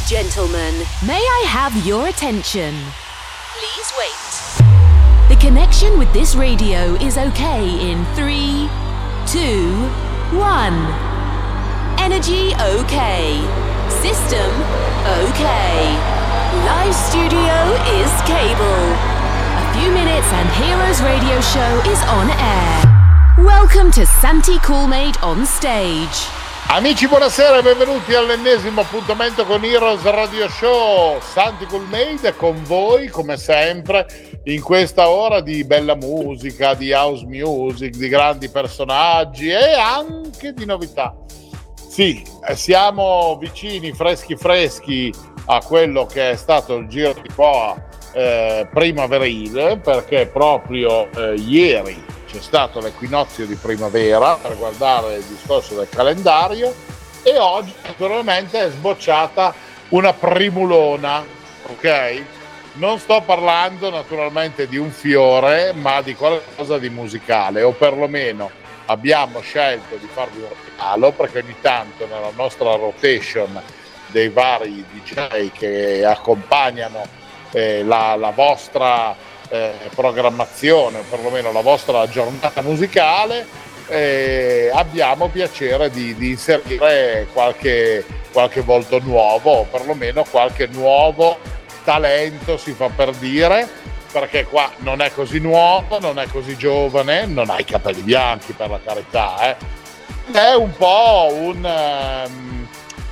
Gentlemen, may I have your attention? Please wait. The connection with this radio is okay in 3, 2, 1. Energy okay. System okay. Live studio is cable. A few minutes and Heroes Radio Show is on air. Welcome to Santi Coolmade on stage. Amici, buonasera e benvenuti all'ennesimo appuntamento con Heroes Radio Show. Santi Coolmade è con voi come sempre in questa ora di bella musica, di house music, di grandi personaggi e anche di novità. Sì, siamo vicini, freschi a quello che è stato il giro di boa primaverile, perché proprio ieri c'è stato l'equinozio di primavera per guardare il discorso del calendario e oggi naturalmente è sbocciata una primulona, ok? Non sto parlando naturalmente di un fiore, ma di qualcosa di musicale, o perlomeno abbiamo scelto di farvi un regalo, perché ogni tanto nella nostra rotation dei vari DJ che accompagnano la vostra programmazione, o perlomeno la vostra giornata musicale, abbiamo piacere di inserire qualche volto nuovo, o perlomeno qualche nuovo talento, si fa per dire, perché qua non è così nuovo, non è così giovane, non ha i capelli bianchi, per la carità, è un po' un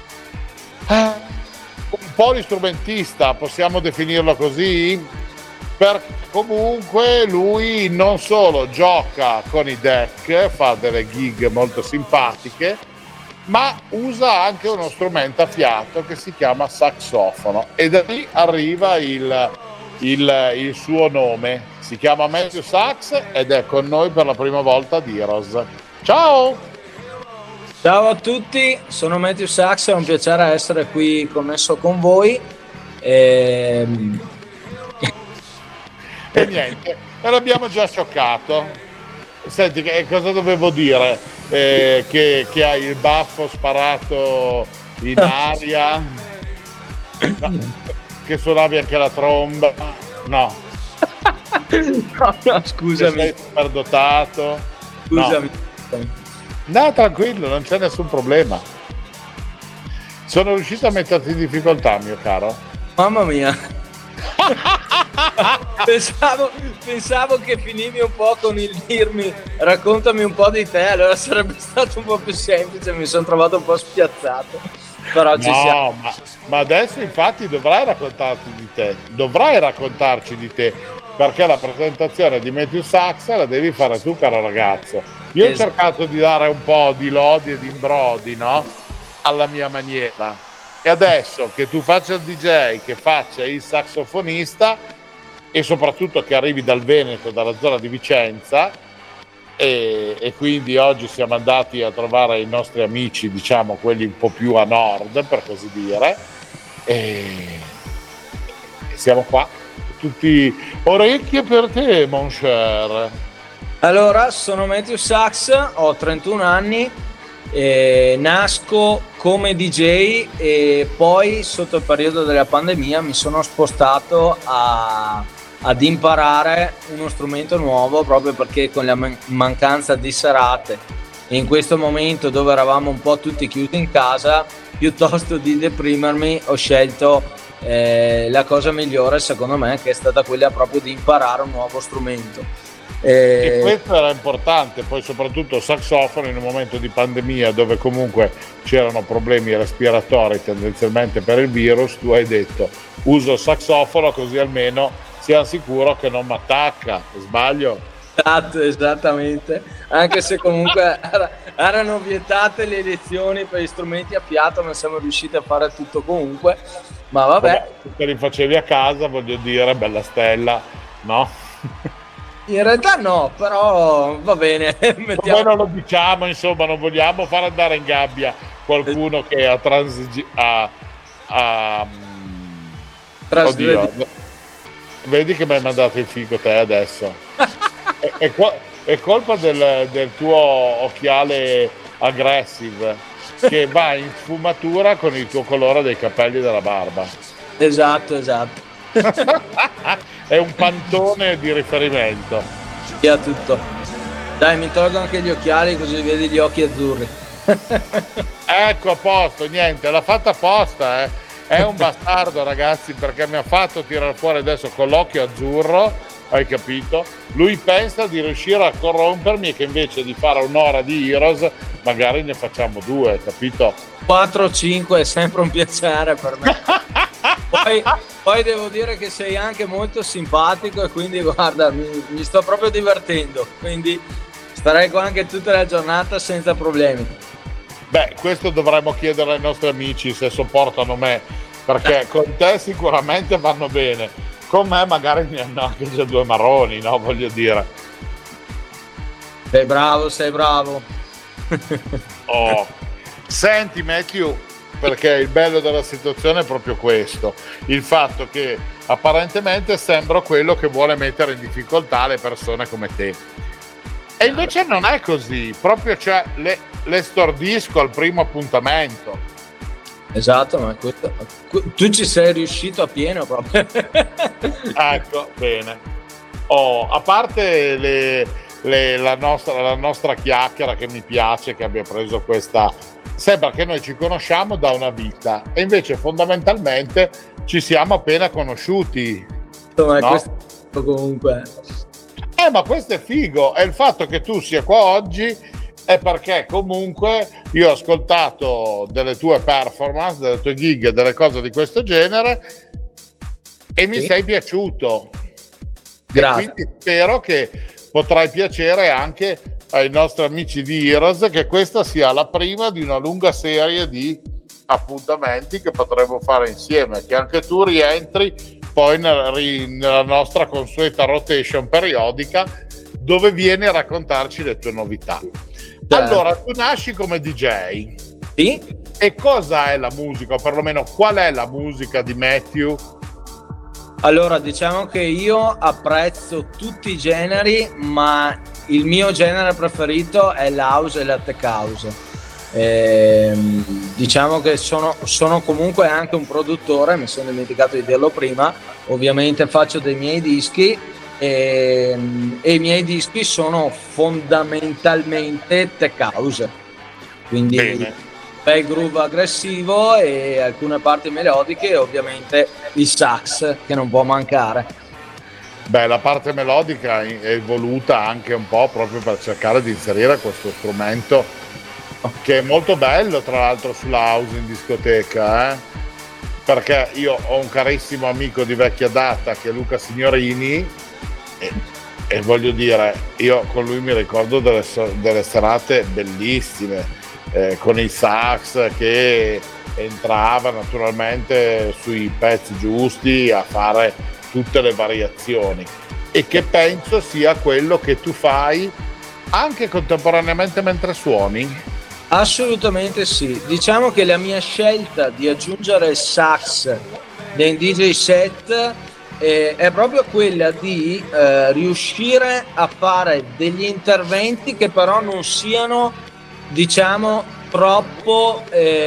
polistrumentista, possiamo definirlo così, perché comunque lui non solo gioca con i deck, fa delle gig molto simpatiche, ma usa anche uno strumento a fiato che si chiama saxofono, e da lì arriva il suo nome. Si chiama Matthew Sax ed è con noi per la prima volta ad Heroes. Ciao! Ciao a tutti, sono Matthew Sax, è un piacere essere qui connesso con voi. E niente, l'abbiamo già scioccato. Senti, cosa dovevo dire? Che hai il baffo sparato in aria? No, che suonavi anche la tromba? No. No, scusami. Che sei superdotato? Scusami. No, tranquillo, non c'è nessun problema. Sono riuscito a metterti in difficoltà, mio caro. Mamma mia. pensavo che finivi un po' con il dirmi raccontami un po' di te, allora sarebbe stato un po' più semplice, mi sono trovato un po' spiazzato, però ci siamo. Ma adesso infatti dovrai raccontarci di te, perché la presentazione di Matthew Sax la devi fare tu, caro ragazzo. Io ho cercato di dare un po' di lodi e di imbrodi, no? Alla mia maniera. E adesso che tu faccia il DJ, che faccia il saxofonista e soprattutto che arrivi dal Veneto, dalla zona di Vicenza, e quindi oggi siamo andati a trovare i nostri amici, diciamo quelli un po' più a nord, per così dire, e siamo qua, tutti orecchie per te, mon cher. Allora, sono Matthew Sax, ho 31 anni, nasco come DJ e poi sotto il periodo della pandemia mi sono spostato ad imparare uno strumento nuovo, proprio perché con la mancanza di serate in questo momento dove eravamo un po' tutti chiusi in casa, piuttosto di deprimermi ho scelto la cosa migliore secondo me, che è stata quella proprio di imparare un nuovo strumento. E questo era importante, poi soprattutto saxofono in un momento di pandemia dove comunque c'erano problemi respiratori tendenzialmente per il virus. Tu hai detto uso il saxofono così almeno sia sicuro che non mi attacca, sbaglio? Esatto, esattamente, anche se comunque erano vietate le lezioni per gli strumenti a fiato, ma siamo riusciti a fare tutto comunque, ma vabbè. Te li facevi a casa, voglio dire, bella stella, no? In realtà no, però va bene. Poi non lo diciamo, insomma, non vogliamo far andare in gabbia qualcuno che ha Oddio, vedi che mi hai mandato il figo te adesso. è colpa del tuo occhiale aggressive. che va in sfumatura con il tuo colore dei capelli e della barba. Esatto. È un pantone di riferimento. Via tutto. Dai, mi tolgo anche gli occhiali così vedi gli occhi azzurri. Ecco, a posto, niente, l'ha fatta apposta, È un bastardo, ragazzi, perché mi ha fatto tirare fuori adesso con l'occhio azzurro, hai capito? Lui pensa di riuscire a corrompermi e che invece di fare un'ora di Heroes magari ne facciamo 2, capito? 4-5 è sempre un piacere per me. Poi devo dire che sei anche molto simpatico e quindi guarda, mi sto proprio divertendo, quindi starei qua anche tutta la giornata senza problemi. Beh, questo dovremmo chiedere ai nostri amici se sopportano me, perché con te sicuramente vanno bene, con me magari mi hanno anche già 2 marroni, no? Voglio dire. Sei bravo. Oh. Senti Matthew, perché il bello della situazione è proprio questo, il fatto che apparentemente sembro quello che vuole mettere in difficoltà le persone come te. E invece non è così, proprio cioè le stordisco al primo appuntamento. Esatto, ma tu ci sei riuscito a pieno proprio. Ecco, bene. A parte la nostra chiacchiera che mi piace, che abbia preso questa... Sembra che noi ci conosciamo da una vita e invece fondamentalmente ci siamo appena conosciuti. Ma no? questo comunque... Ma questo è figo, e il fatto che tu sia qua oggi è perché comunque io ho ascoltato delle tue performance, delle tue gig, delle cose di questo genere e mi sei piaciuto. Grazie. E quindi spero che potrai piacere anche ai nostri amici di Heroes, che questa sia la prima di una lunga serie di appuntamenti che potremo fare insieme, che anche tu rientri poi nella nostra consueta rotation periodica dove vieni a raccontarci le tue novità. Allora, tu nasci come DJ. Sì. E cosa è la musica, o perlomeno qual è la musica di Matthew? Allora, diciamo che io apprezzo tutti i generi, ma il mio genere preferito è l'house e la tech house. Diciamo che sono comunque anche un produttore, mi sono dimenticato di dirlo prima, ovviamente faccio dei miei dischi e i miei dischi sono fondamentalmente tech house, quindi bel groove aggressivo e alcune parti melodiche e ovviamente il sax che non può mancare. Beh, la parte melodica è voluta anche un po' proprio per cercare di inserire questo strumento che è molto bello, tra l'altro, sulla house in discoteca, perché io ho un carissimo amico di vecchia data che è Luca Signorini e voglio dire, io con lui mi ricordo delle serate bellissime, con il sax che entrava naturalmente sui pezzi giusti a fare tutte le variazioni, e che penso sia quello che tu fai anche contemporaneamente mentre suoni. Assolutamente sì, diciamo che la mia scelta di aggiungere il sax nei DJ set è proprio quella di riuscire a fare degli interventi che però non siano, diciamo, troppo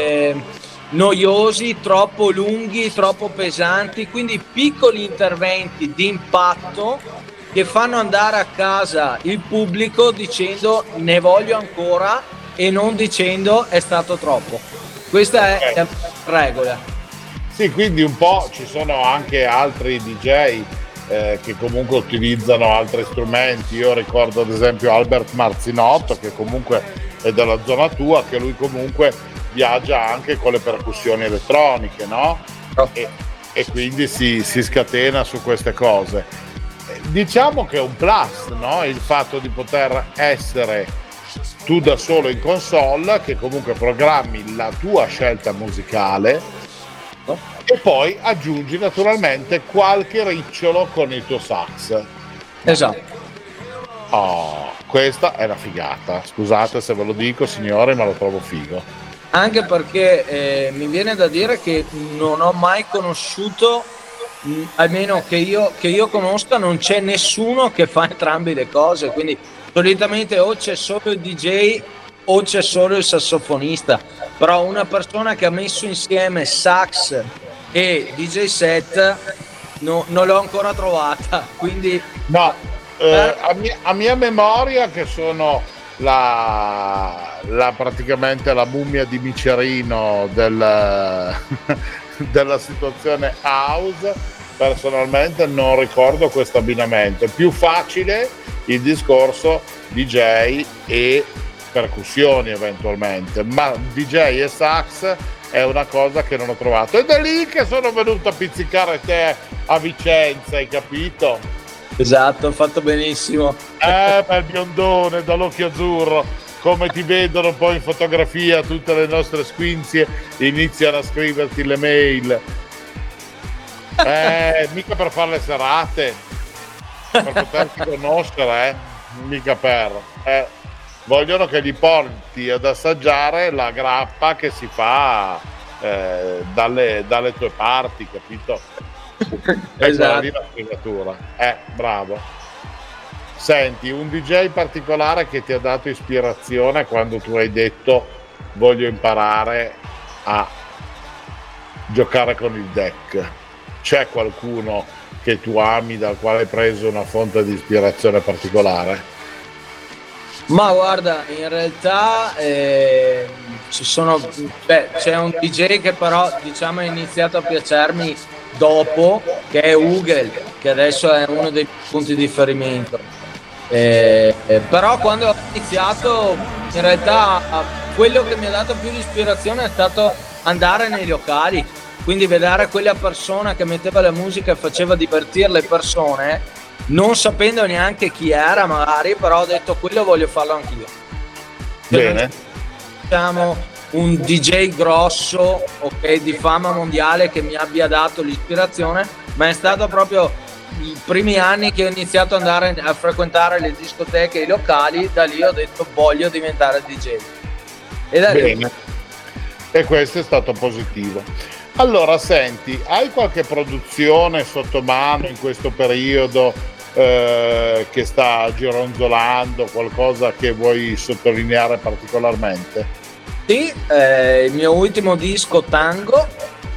noiosi, troppo lunghi, troppo pesanti, quindi piccoli interventi di impatto che fanno andare a casa il pubblico dicendo ne voglio ancora e non dicendo è stato troppo. Questa è la regola. Sì, quindi un po' ci sono anche altri DJ che comunque utilizzano altri strumenti. Io ricordo ad esempio Albert Marzinotto, che comunque è della zona tua, che lui comunque viaggia anche con le percussioni elettroniche, no? E quindi si scatena su queste cose. Diciamo che è un plus, no? Il fatto di poter essere tu da solo in console, che comunque programmi la tua scelta musicale, no? E poi aggiungi naturalmente qualche ricciolo con il tuo sax. Esatto. Questa è una figata, scusate se ve lo dico signore, ma lo trovo figo. Anche perché mi viene da dire che non ho mai conosciuto, almeno che io conosca, non c'è nessuno che fa entrambe le cose, quindi solitamente o c'è solo il DJ o c'è solo il sassofonista, però una persona che ha messo insieme sax e DJ set non l'ho ancora trovata, quindi no, a mia memoria, che sono praticamente la mummia di Micerino della situazione house, personalmente non ricordo questo abbinamento. È più facile il discorso DJ e percussioni eventualmente, ma DJ e sax è una cosa che non ho trovato, ed è lì che sono venuto a pizzicare te a Vicenza, hai capito? Esatto, ho fatto benissimo. Bel biondone dall'occhio azzurro, come ti vedono poi in fotografia tutte le nostre squinzie, iniziano a scriverti le mail. Mica per fare le serate, per poterti conoscere, mica per. Vogliono che gli porti ad assaggiare la grappa che si fa dalle tue parti, capito? Esatto. Lì la spiegatura. Bravo. Senti, un DJ particolare che ti ha dato ispirazione quando tu hai detto voglio imparare a giocare con il deck. C'è qualcuno che tu ami, dal quale hai preso una fonte di ispirazione particolare? Ma guarda, in realtà c'è un DJ che però diciamo è iniziato a piacermi dopo, che è Ugel, che adesso è uno dei punti di riferimento. Però quando ho iniziato, in realtà quello che mi ha dato più ispirazione è stato andare nei locali, quindi vedere quella persona che metteva la musica e faceva divertire le persone, non sapendo neanche chi era magari, però ho detto quello voglio farlo anch'io. Bene. Diciamo un DJ grosso, ok, di fama mondiale che mi abbia dato l'ispirazione, ma è stato proprio i primi anni che ho iniziato ad andare a frequentare le discoteche e i locali. Da lì ho detto voglio diventare DJ. E da Bene. E questo è stato positivo. Allora, senti, hai qualche produzione sotto mano in questo periodo che sta gironzolando, qualcosa che vuoi sottolineare particolarmente? Sì, il mio ultimo disco Tango,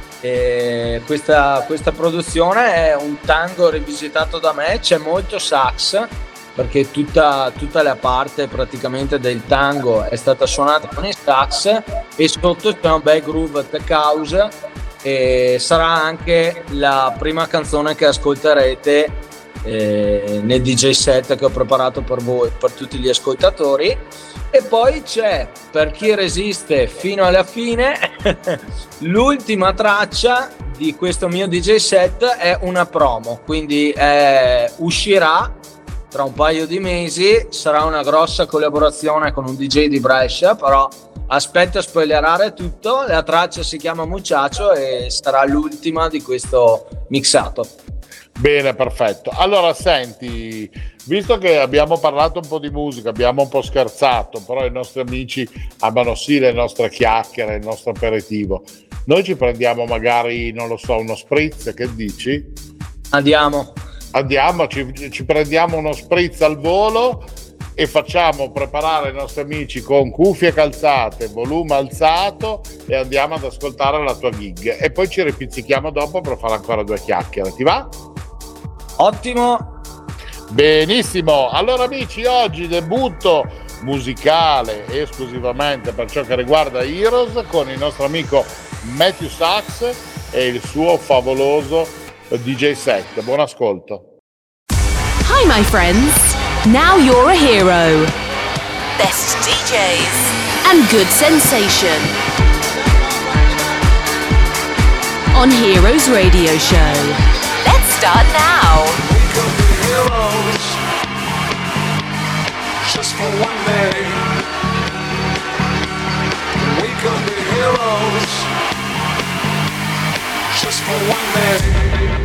questa produzione è un tango rivisitato da me, c'è molto sax perché tutta la parte praticamente del tango è stata suonata con il sax, e sotto c'è un bel groove tech house, e sarà anche la prima canzone che ascolterete nel DJ set che ho preparato per voi, per tutti gli ascoltatori. E poi c'è, per chi resiste fino alla fine, l'ultima traccia di questo mio DJ set è una promo, quindi uscirà tra un paio di mesi, sarà una grossa collaborazione con un DJ di Brescia, però aspetta a spoilerare tutto. La traccia si chiama Muchacho e sarà l'ultima di questo mixato. Bene, perfetto. Allora, senti, visto che abbiamo parlato un po' di musica, abbiamo un po' scherzato, però i nostri amici amano sì le nostre chiacchiere, il nostro aperitivo. Noi ci prendiamo magari, non lo so, uno spritz, che dici? Andiamo, ci prendiamo uno spritz al volo e facciamo preparare i nostri amici con cuffie calzate, volume alzato, e andiamo ad ascoltare la tua gig. E poi ci ripizzichiamo dopo per fare ancora due chiacchiere, ti va? ottimo. Benissimo, allora amici, oggi debutto musicale esclusivamente per ciò che riguarda Heroes con il nostro amico Matthew Sachs e il suo favoloso DJ set. Buon ascolto. Hi my friends, now you're a hero. Best DJs and good sensation on Heroes Radio Show. Let's start now. We could be heroes just for one day. We could be heroes just for one day.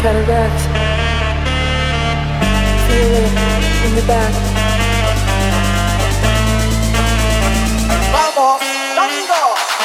cataract. Feel it in the back. Vamos, tango.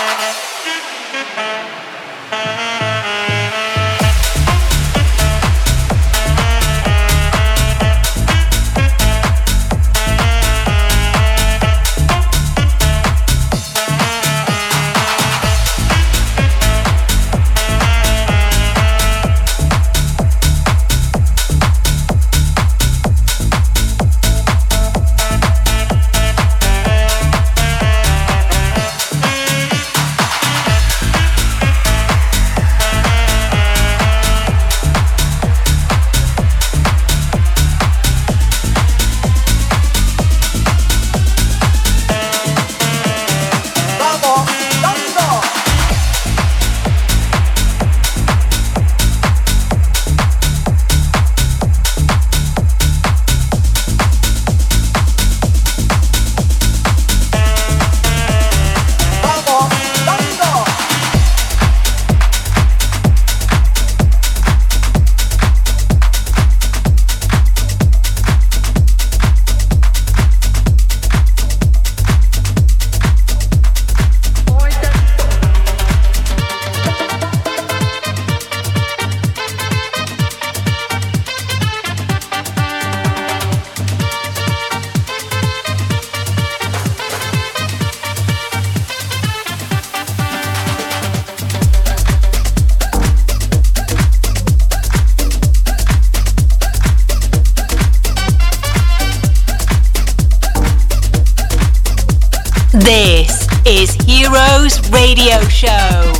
This is Heroes Radio Show.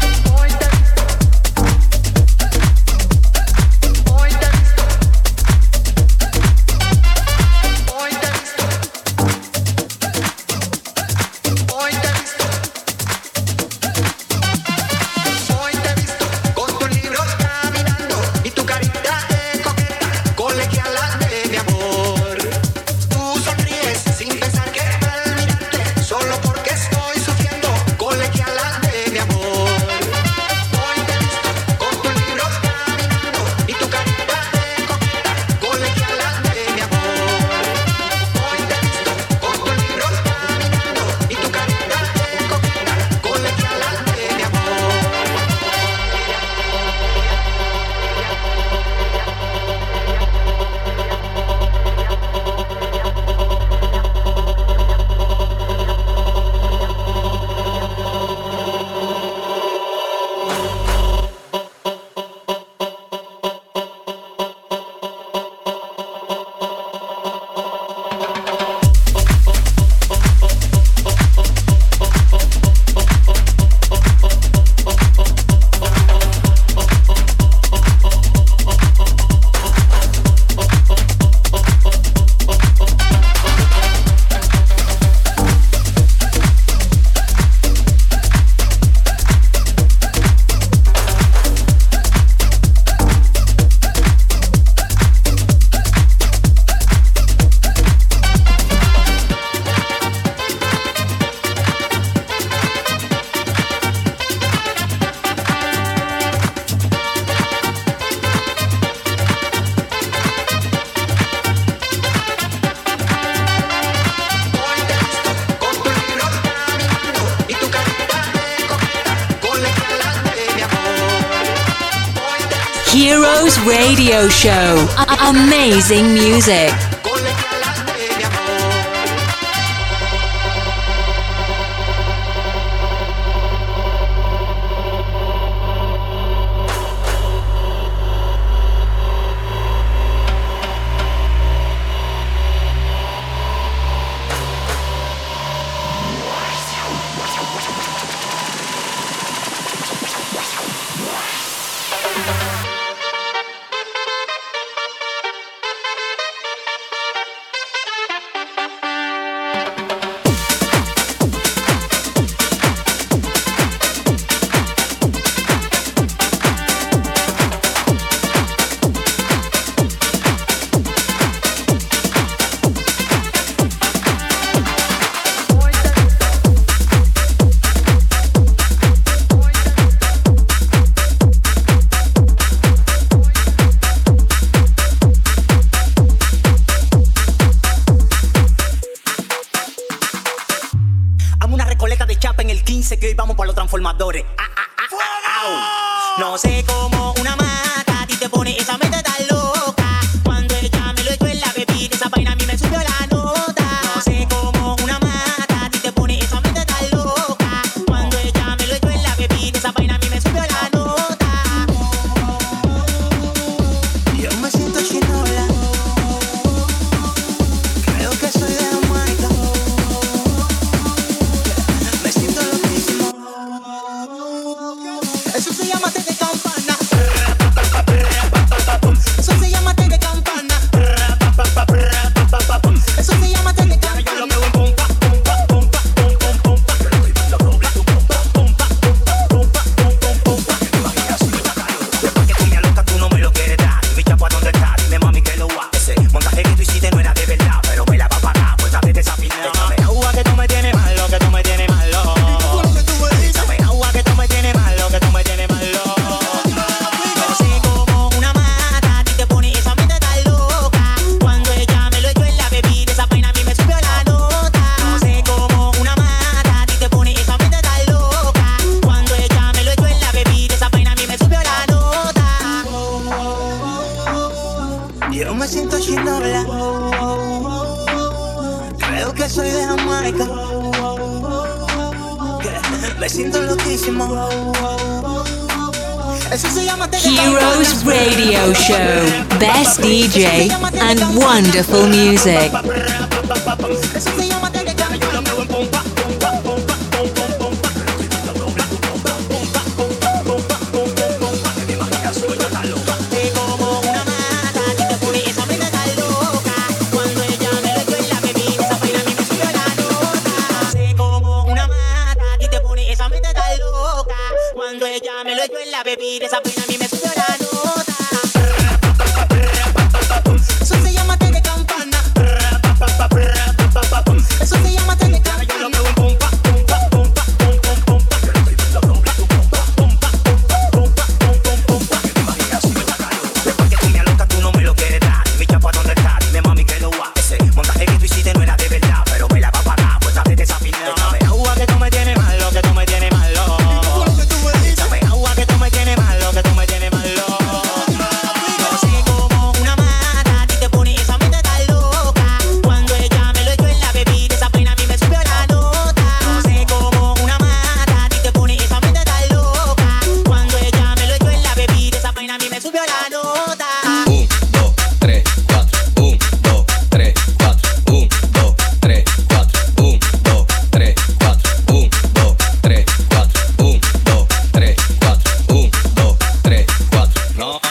Heroes Radio Show. Amazing music. dice que hoy vamos por los transformadores. No sé cómo una mata a ti te pone esa mente tan loca. Cuando ella me lo echó en la bebida, esa vaina a mí me subió la nota. No sé cómo una mata a ti te pone esa mente tan loca. Cuando ella me lo echó en la bebida, esa vaina a mí me subió la nota. Yo me siento chinola. Creo que soy de Jamaica. Me siento loquísimo. Eso se llama té de campana. Eso se llama té de campana. Eso se llama té de campana. Yo lo veo en pompa, pompa, pompa, pompa, pompa. Después que tú me alocas, tú no me lo quieres dar. Mi chapo, ¿a dónde está? Dime, mami, que lo hace. Montaje que tú hiciste no era de verdad, pero me la va a pagar, pues a veces desafinado. Dame agua que tú me tienes malo, que tú me tienes malo. Dame agua que tú me tienes malo, que tú me tienes malo. No sé cómo una mata a ti te pone esa mente tan loca. Cuando ella me lo echó en la bebida, esa vaina a mí me subió la nota. No sé cómo una mata a ti te pone esa mente tan loca. Cuando ella me lo echó en la bebida, esa vaina a mí me subió la nota. Yo me siento chinola. Creo que soy de Jamaica. Me siento loquísimo. Eso se llama Heroes Radio Show. Best DJ and wonderful music. Eso se llama té de campana. Yo lo veo en pompa, pompa, pompa, pompa, pompa. Mi imaginación ya está loca. Sé como una mata a ti te pone esa mente tan loca. Cuando ella me lo echó en la bebida, esa vaina a mí me subió la nota. Sé como una mata a ti te pone esa mente tan loca. Cuando ella me lo echó en la bebida, esa vaina a mí me subió la nota. Eso se llama té de campana. Eso se llama té de campana. Yo lo veo en pompa, pompa, pompa, pompa, pompa. Mi imaginación está caro. Después que tú me alocas, tú no me lo quieres dar. Mi chapo, ¿a dónde está? Dime, mami, que lo hace. Montaje que tú hiciste no era de verdad, pero me la va a pagar, pues a veces desafinado. Dame agua que tú me tienes malo, que tú me tienes malo. Dame agua que tú me tienes malo, que tú me tienes malo. No sé cómo una mata a ti te pone esa mente tan loca. Cuando ella me lo echó en la bebida, esa vaina a mí me subió la nota. No sé cómo una mata a ti te pone esa mente tan loca. Cuando ella me lo echó en la bebida, esa vaina a mí me subió la nota. 1, 2, 3, 4. 1, 2, 3, 4. 1, 2, 3, 4. 1, 2, 3, 4. 1, 2, 3, 4. 1, 2, 3, 4. 1, 2, 3, 4. No.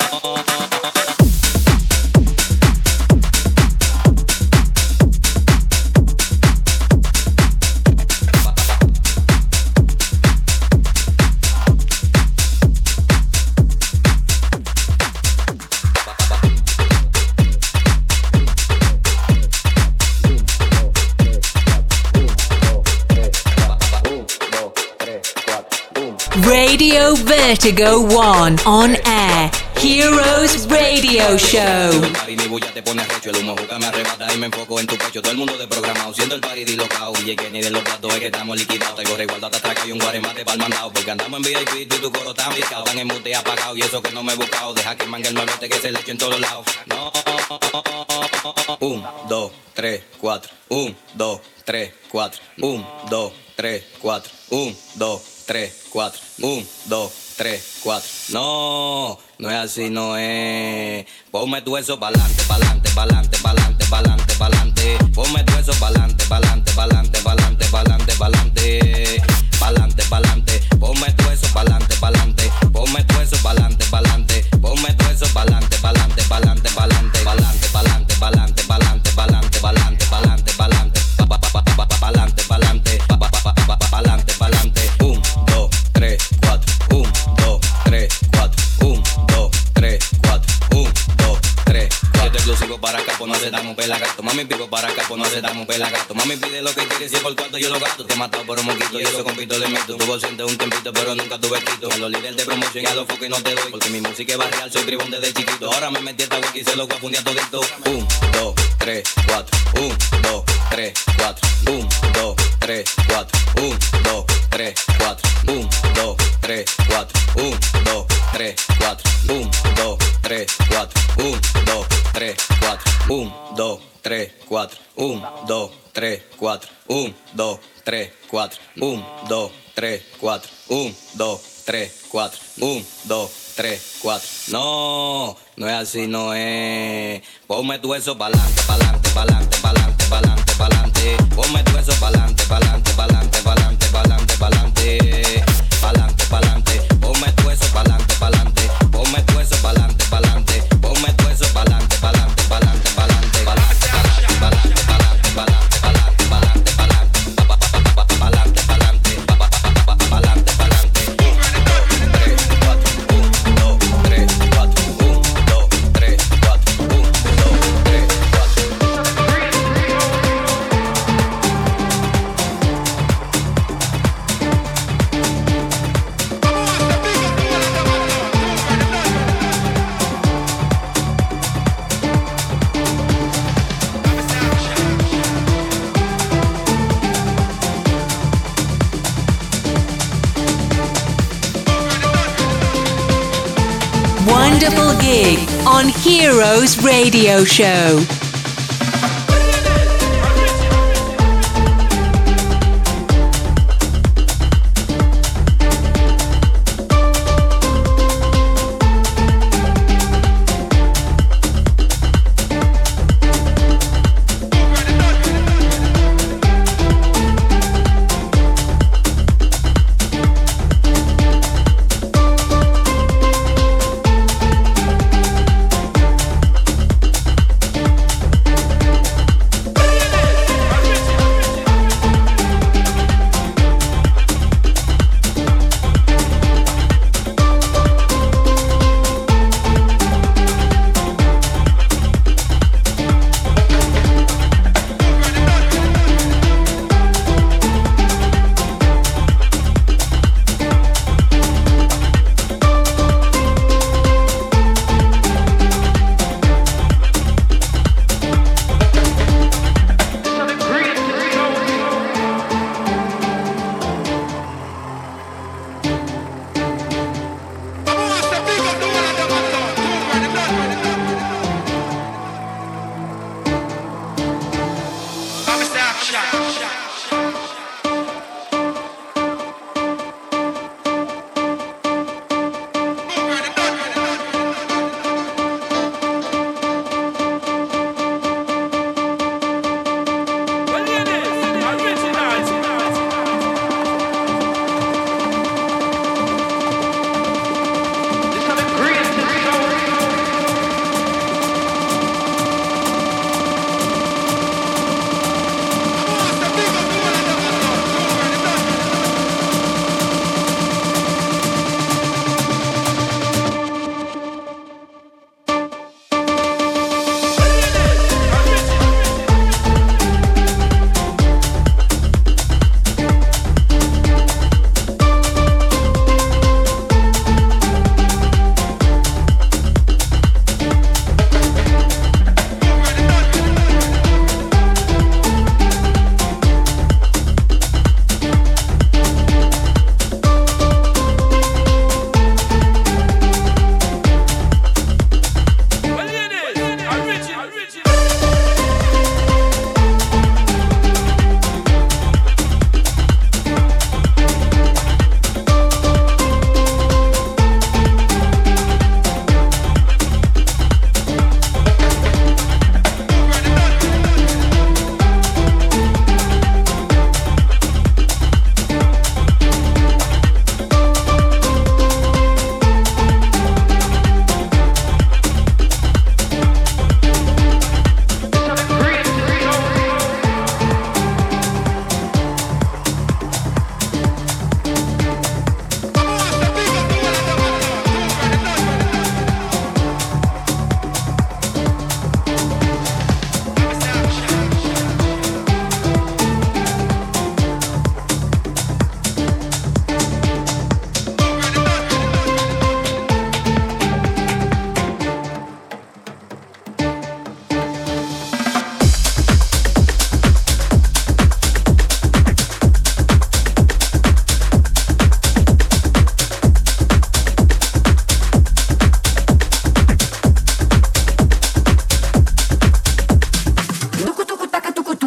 Radio Vertigo 1 on air. Heroes Radio Show. El party, mi bulla te pone arrecho, el humo juca me arrebata y me enfoco en tu pecho. Todo el mundo desprogramado, siendo el party dilocao. Y que ni de los platos es que estamos liquidados. Traigo resguardo hasta atrás que hay un guaremate pa'l mandado. Porque andamos en VIP y tu coro tan picado. Tan en mute apagado y eso que no me he buscado. Deja que mangue el malvete que se le eche en todos lados. No. 1, 2, 3, 4. 1, 2, 3, 4. 1, 2, 3, 4. 1, 2, 3, 4. 1, 2, 3, 4. No, no es así, no es. Ponme tu eso pa'lante, pa'lante, pa'lante, pa'lante, pa'lante, pa'lante. Ponme tu eso pa'lante, pa'lante, pa'lante, pa'lante, pa'lante, pa'lante. Pa'lante, pa'lante. Ponme tu eso pa'lante, pa'lante. Ponme tu eso pa'lante, pa'lante. Ponme tu eso pa'lante, pa'lante, pa'lante, pa'lante, pa'lante, pa'lante, pa'lante, pa'lante, pa'lante, pa'lante, pa'lante, pa'lante, pa'lante, pa'lante, pa'lante, pa'lante. 1, 2, 3, 4. 1, 2, 3, 4. 1, 2, 3, 4. 1, 2, 3, 4. Exclusivo para acá, pues no se damos pela. reto. Mami, pico para acá, pues no aceptamos pelagato. Mami, pide lo que quieres, si es por cuarto yo lo gasto. Te he matado por un moquito y eso compito le meto. Tuvo ausente un tiempito, pero nunca tuve quito. A los líderes de promoción y a los focos no te doy. Porque mi música es barrial, soy bribón desde chiquito. Ahora me metí esta wiki y se lo voy a fundir a todito. 1, 2, 3, 4. 1, 2, 3, 4. 1, 2, 3, 4. 1, 2, 3, 4. 1, 2, 3, 4. 1, 2, 3, 4. 1, 2, 3, 4. 1, 2, 3, 4. 1, 2, 3, 4. 1, 2, 3, 4. 1, 2, 3, 4. 1, 2, 3, 4. 1, 2, 3, 4. 1, 2, 3, 4. No, no es así, no es. Ponme tú eso pa'lante, pa'lante, pa'lante, pa'lante, pa'lante, pa'lante. Ponme tú eso pa'lante, pa'lante, pa'lante, pa'lante, pa'lante, pa'lante. Pa'lante, pa'lante. Ponme tú eso pa'lante, pa'lante. Ponme tú eso pa'lante, pa'lante. Ponme tú eso pa'lante, pa'lante, pa'lante, pa'lante, pa'lante, pa'lante, pa'lante, pa'lante, pa'lante, pa'lante, pa'lante, pa'lante, pa'lante, pa'lante, pa'lante. 1, 2, 3, 4. 1, 2, 3, 4. 1, 2, 3, 4. 1, 2, 3, 4. Wonderful gig on Heroes Radio Show.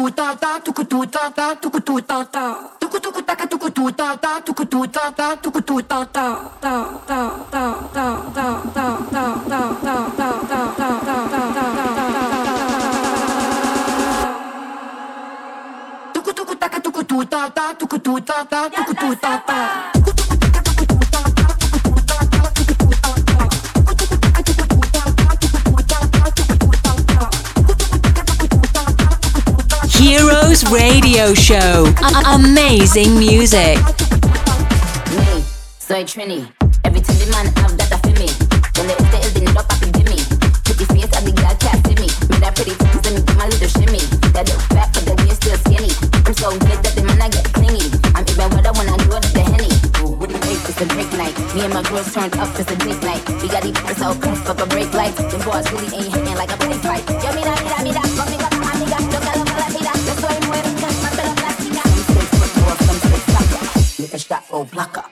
Heroes Radio Show. Amazing music. Me, soy Trini. Every time the man have that for me. When they say el dinero papi Jimmy. Pretty face and the girl can't see me. Me that pretty face and me do my little shimmy. That look fat but the waist still skinny. I'm so good that the man I get clingy. I'm even wetter when I do it the Henny. Ooh, what do you think? It's a break night. Me and my girls turned up, it's a date night. We got these parts out, cuff up a break lights. Them boys really ain't hitting like a play fight. Yo, mira, mami got my amiga. Look at la vida. Yo soy muerta, más de la plástica. Some say football, some say soccer. Make a shot, go blocker.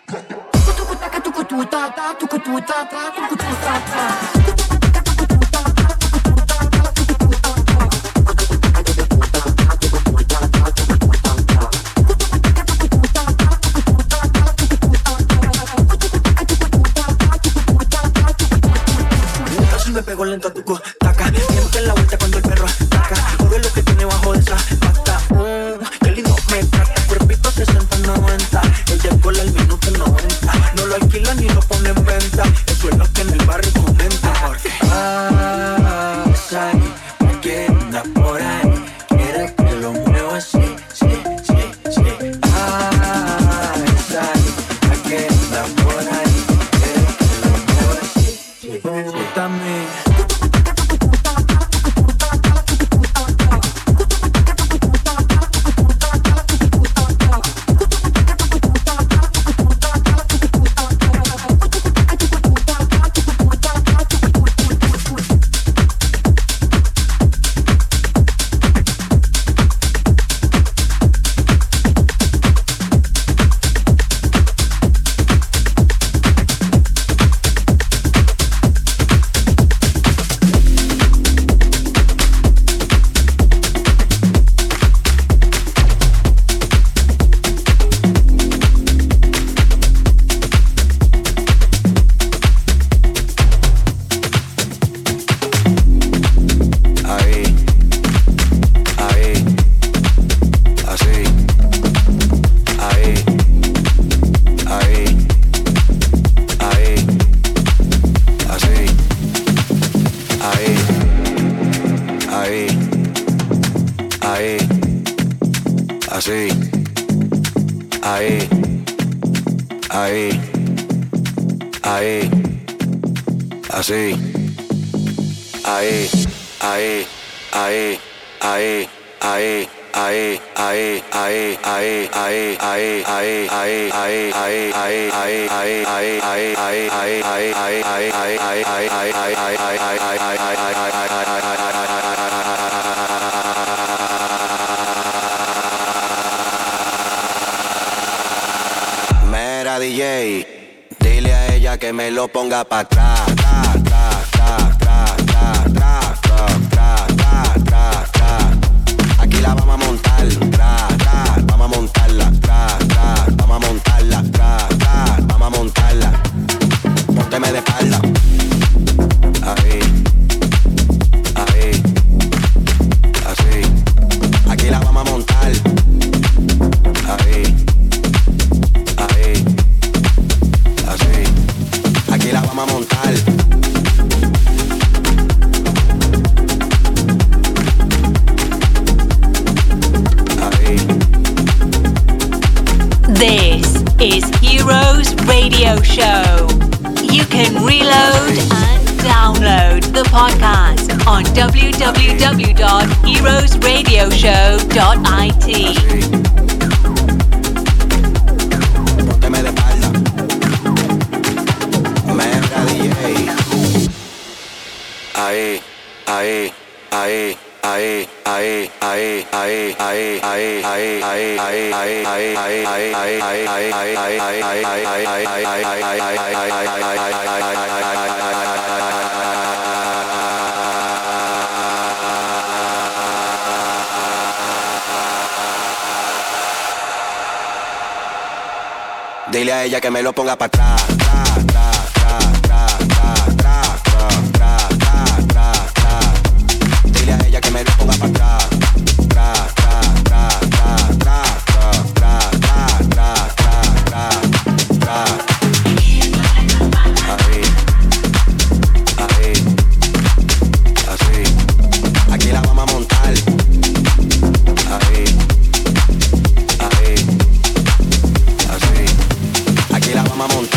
Casi me pego lento a tu taca. Siente la vuelta cuando el perro ataca. Todo lo que tiene bajo de esa pata. Qué lindo me trata. Cuerpito 60-90. El alcohol al minuto 90. No lo alquila ni lo pone en venta. Eso es lo que en el barrio comenta. Porque esa me queda por ahí. Quiere que lo mueva así, sí, sí, sí. Esa me queda por ahí. Quiere que lo mueva así, sí, sí. También. Mira DJ, dile a ella que me lo ponga pa' atrás. Aquí la vamos a montar, vamos a montarla, vamos a montarla, vamos a montarla. Pónteme de espalda. Ahí, así. Aquí la vamos a montar. Ahí, así. Aquí la vamos a montar. This is Heroes Radio Show. You can reload and download the podcast on www.heroesradioshow.it. Pónteme de espalda. Mera DJ. Ahí. Dile a ella que me lo ponga para atrás. Tra, tra, tra, tra, tra, tra, tra, tra, tra, tra, tra. Dile a ella que me lo ponga para atrás. Tra, tra, tra, tra, tra, tra, tra, tra, tra, tra, tra. Ahí, ahí, así. Aquí la vamos a montar. Ahí, ahí, así. Aquí la vamos a montar.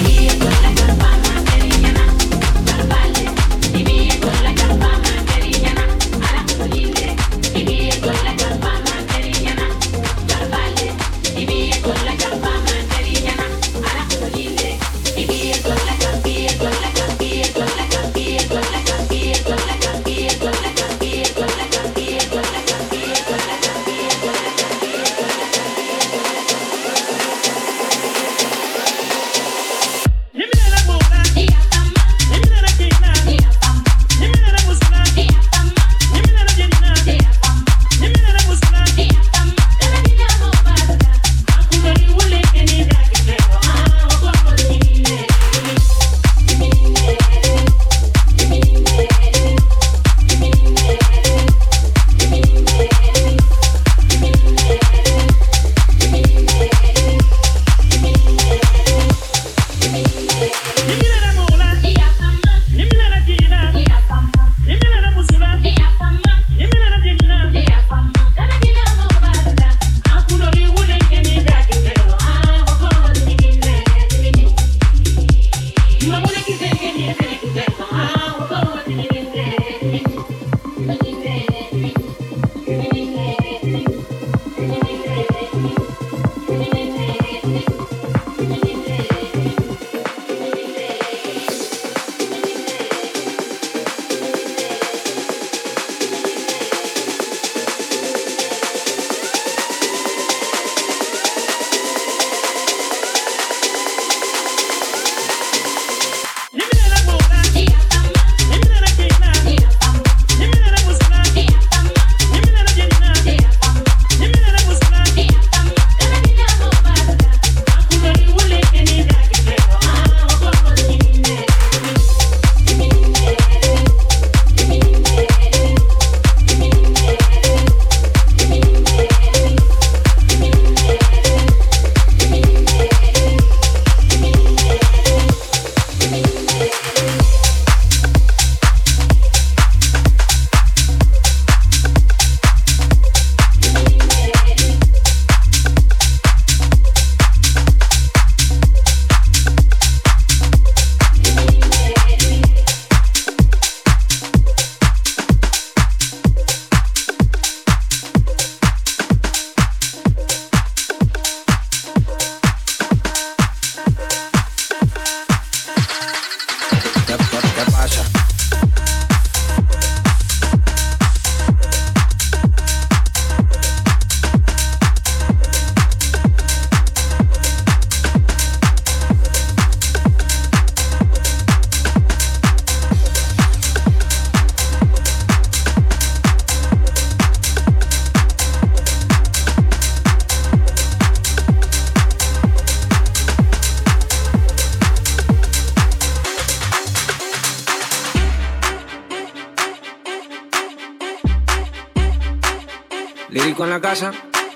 Lírico en la casa.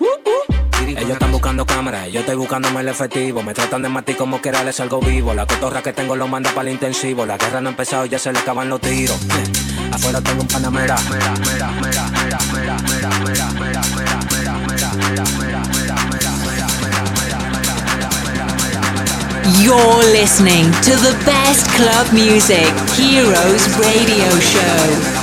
Ellos están buscando cámaras, yo estoy buscándome el efectivo. Me tratan de matar como quiera, les salgo vivo. La cotorra que tengo lo manda para el intensivo. La guerra no ha empezado y ya se le acaban los tiros. Afuera tengo un panamera. You're listening to the best club music, Heroes Radio Show.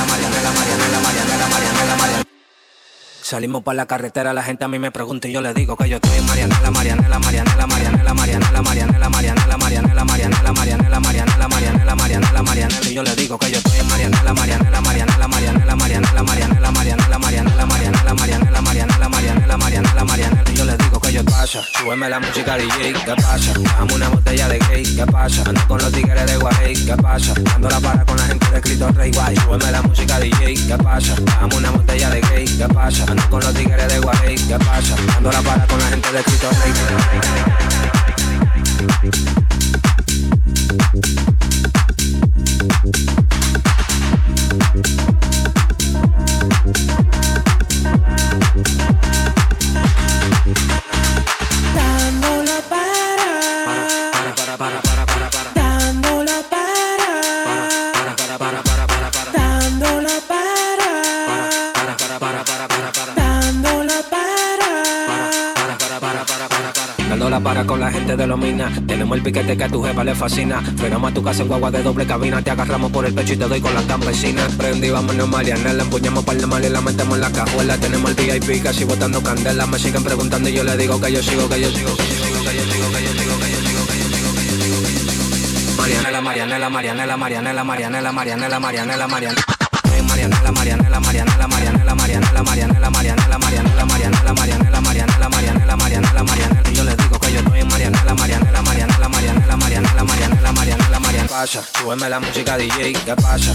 Salimos para la carretera, la gente a mí me pregunta y yo le digo que yo estoy en Marianela, Marianela, Marianela, Marianela, Marianela, Marianela, Marianela, Marianela, Marianela, Marianela, Marianela, Marianela, Marianela, Marianela, y yo le digo que yo estoy en Marianela, Marianela, Marianela, Marianela, Marianela, Marianela, Marianela, Marianela, Marianela, Marianela, Marianela, Marianela, Marianela, Marianela, y yo le digo que yo pasa, súbeme la música DJ, ¿qué pasa? Dame una botella de gay, ¿qué pasa? Ando con los tigres de Guay, ¿qué pasa? Dando la para con la gente de Cristo Rey Guay, súbeme la música DJ, ¿qué pasa? Dame una botella de gay, ¿qué pasa? Ando con los tigres de Guay, ¿qué pasa? Ando la para con la gente de Cristo Rey. Para con la gente de los minas. Tenemos el piquete que a tu jefa le fascina. Frenamos a tu casa en guagua de doble cabina. Te agarramos por el pecho y te doy con la campesina. Prendí, vámonos Marianela. Empuñamos par de mal y la metemos en la cajuela. Tenemos el VIP casi botando candela. Me siguen preguntando y yo le digo que yo sigo, que yo sigo, que yo sigo, que yo sigo, que yo sigo, que yo sigo, que yo sigo, que yo sigo, que yo sigo. Marianela, Marianela, Marianela, Marianela, Marianela, Marianela, Marianela, Marianela. Marianela, Marianela, Marianela, Marianela, Marianela, Marianela, Marianela, Marianela, Marianela, Marianela, Marianela, Marianela, Marianela, Marianela, y yo les digo que yo estoy en Marianela, Marianela, Marianela, Marianela, Marianela, Marianela, Marianela, Marianela. ¿Qué pasa? Súbeme la música DJ, ¿qué pasa?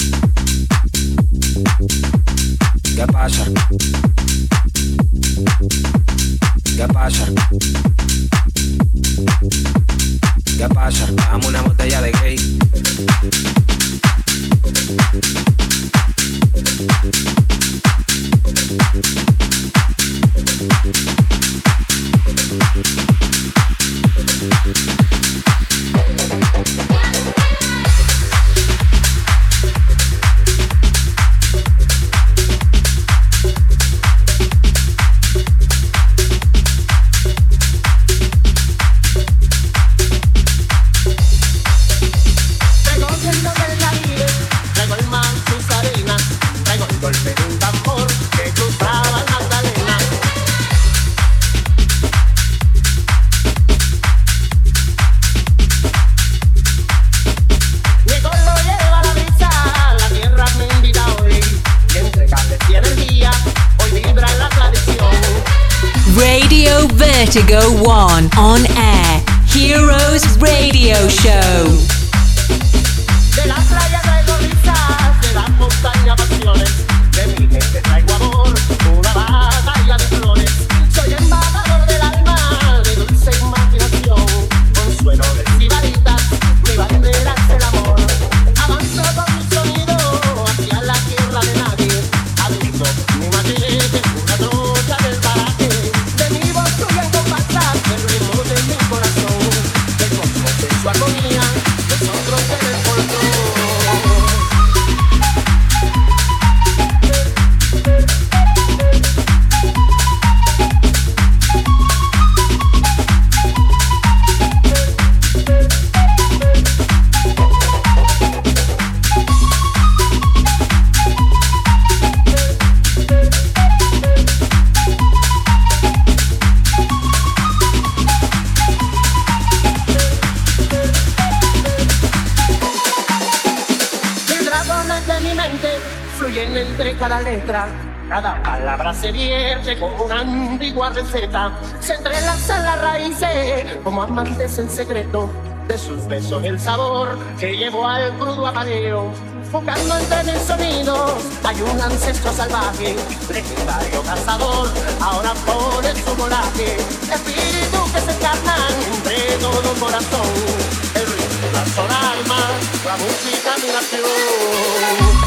¿Qué pasa? ¿Qué pasa? ¿Qué pasa? Bajamos una botella de gay. Vertigo One on air. Heroes Radio Show. De la playa traigo risas, de la montaña pasiones, de mi gente traigo amor, una batalla de flores. Soy embajador del alma, de dulce imaginación, consuelo de sibaritas, mi bandera es el amor. Avanzo con mi sonido hacia la tierra de nadie, adulto mi machete, una trocha del paraje, de mi voz tuya compacta, el ritmo de mi corazón, del cosmos en su armonía, nosotros en el folclore. Fluyen entre cada letra, cada palabra se vierte como una ambigua receta. Se entrelazan las raíces como amantes en secreto. De sus besos el sabor que llevó al crudo amareo. Buscando entre mis sonidos hay un ancestro salvaje, legendario cazador, ahora pone su volaje. Espíritus que se encarnan entre todo corazón. El ritmo, la sola alma, la música, mi nación.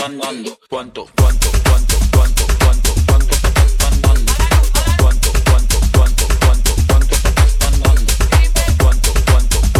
están dando? ¿Cuánto te están dando? ¿Cuánto te están dando? ¿Cuánto te están dando? ¿Cuánto te están dando? ¿Cuánto te están dando? ¿Cuánto te están dando? ¿Cuánto te están dando?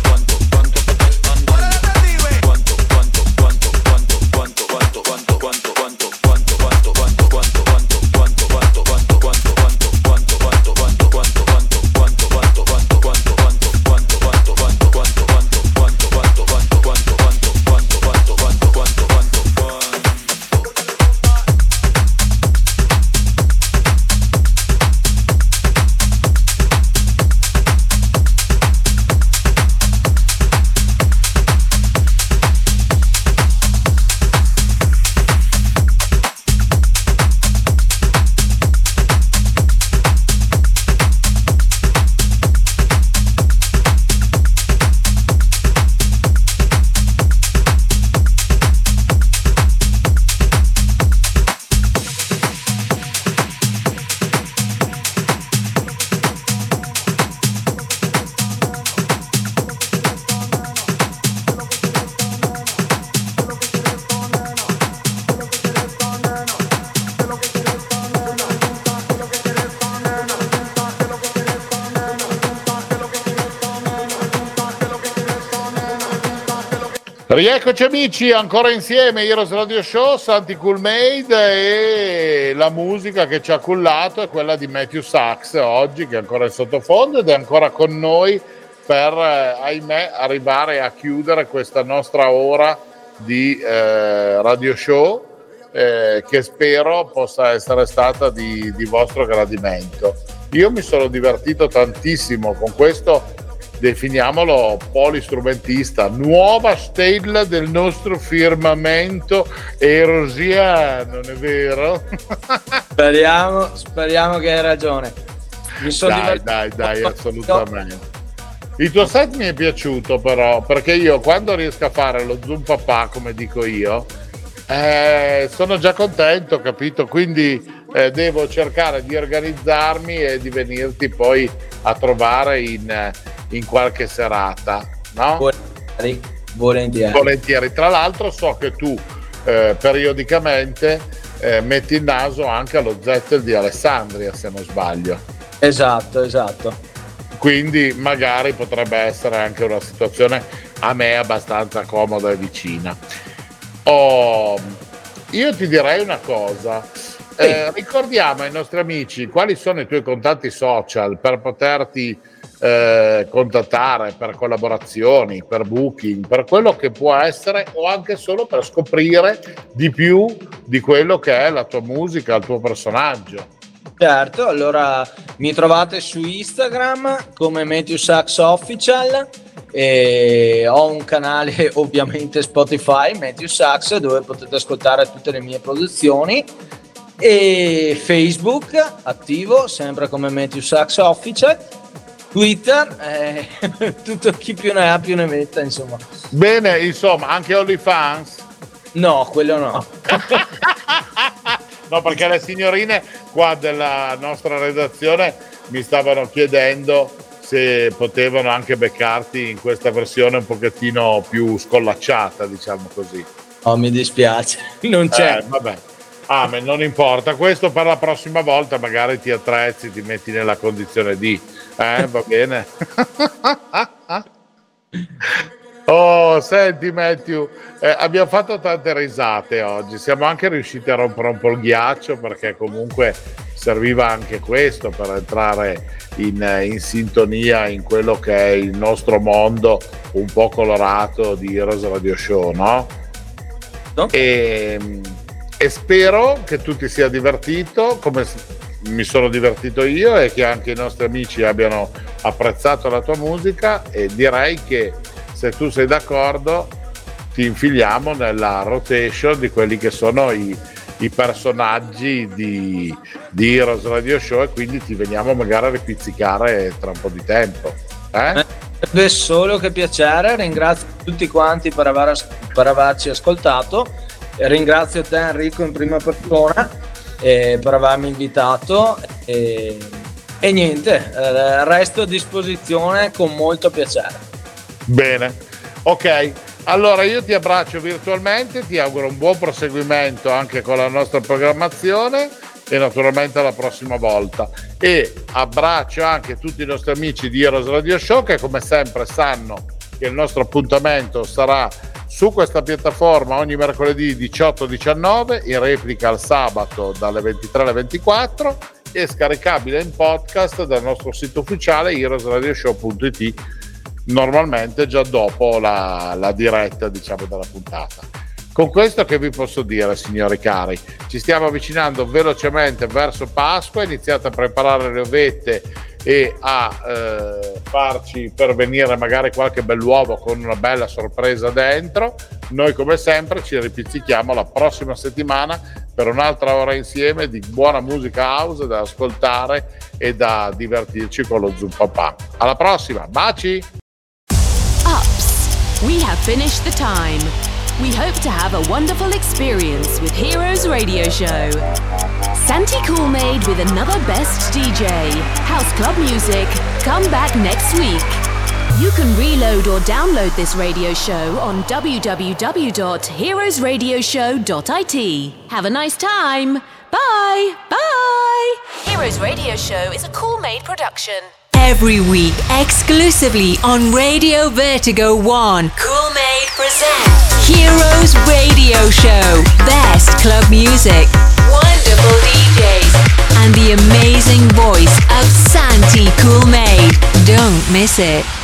Rieccoci amici, ancora insieme, Heroes Radio Show, Santi Cool Made, e la musica che ci ha cullato è quella di Matthew Sachs oggi, che è ancora in sottofondo ed è ancora con noi per, ahimè, arrivare a chiudere questa nostra ora di radio show, che spero possa essere stata di vostro gradimento. Io mi sono divertito tantissimo con questo, definiamolo polistrumentista, nuova stella del nostro firmamento erosiano, non è vero? Speriamo che hai ragione. Mi sono Dai, assolutamente. Il tuo set mi è piaciuto però, perché io quando riesco a fare lo zoom papà, come dico io, sono già contento, capito? Quindi devo cercare di organizzarmi e di venirti poi a trovare in qualche serata, no? Volentieri. Tra l'altro so che tu periodicamente metti il naso anche allo Zettel di Alessandria, se non sbaglio. Esatto. Quindi magari potrebbe essere anche una situazione a me abbastanza comoda e vicina. Io ti direi una cosa. Ricordiamo ai nostri amici quali sono i tuoi contatti social per poterti contattare per collaborazioni, per booking, per quello che può essere, o anche solo per scoprire di più di quello che è la tua musica, il tuo personaggio. Certo, allora mi trovate su Instagram come Matthew Sachs Official e ho un canale ovviamente Spotify, Matthew Sachs, dove potete ascoltare tutte le mie produzioni, e Facebook attivo sempre come Matthew Sachs Official, Twitter, tutto chi più ne ha più ne metta, insomma. Bene, insomma, anche OnlyFans? No, quello no. No, perché le signorine qua della nostra redazione mi stavano chiedendo se potevano anche beccarti in questa versione un pochettino più scollacciata, diciamo così. Oh, mi dispiace, non c'è. Vabbè. Ah, ma non importa, questo per la prossima volta magari ti attrezzi, ti metti nella condizione di, va bene? Oh, senti Matthew, abbiamo fatto tante risate oggi, siamo anche riusciti a rompere un po' il ghiaccio, perché comunque serviva anche questo per entrare in sintonia in quello che è il nostro mondo un po' colorato di Heroes Radio Show, no? E spero che tu ti sia divertito come mi sono divertito io, e che anche i nostri amici abbiano apprezzato la tua musica, e direi che se tu sei d'accordo ti infiliamo nella rotation di quelli che sono i personaggi di Heroes Radio Show, e quindi ti veniamo magari a ripizzicare tra un po' di tempo. Sarebbe solo che piacere. Ringrazio tutti quanti per averci ascoltato, e ringrazio te Enrico in prima persona per avermi invitato, e niente, resto a disposizione con molto piacere. Bene, ok, Allora io ti abbraccio virtualmente, ti auguro un buon proseguimento anche con la nostra programmazione e naturalmente alla prossima volta, e abbraccio anche tutti i nostri amici di Heroes Radio Show che come sempre sanno che il nostro appuntamento sarà su questa piattaforma ogni mercoledì 18-19, in replica al sabato dalle 23 alle 24 e scaricabile in podcast dal nostro sito ufficiale heroesradioshow.it, normalmente già dopo la diretta, diciamo, della puntata. Con questo che vi posso dire, signori cari? Ci stiamo avvicinando velocemente verso Pasqua, iniziate a preparare le ovette e a farci pervenire magari qualche bell'uovo con una bella sorpresa dentro. Noi come sempre ci ripizzichiamo la prossima settimana per un'altra ora insieme di buona musica house da ascoltare e da divertirci con lo Zoom Papà. Alla prossima, baci! Ups, we have finished the time. We hope to have a wonderful experience with Heroes Radio Show. Santi Coolmade with another best DJ. House club music. Come back next week. You can reload or download this radio show on www.heroesradioshow.it. Have a nice time. Bye. Bye. Heroes Radio Show is a Coolmade production. Every week, exclusively on Radio Vertigo 1, Coolmade presents Heroes Radio Show. Best club music, wonderful DJs, and the amazing voice of Santi Coolmade. Don't miss it.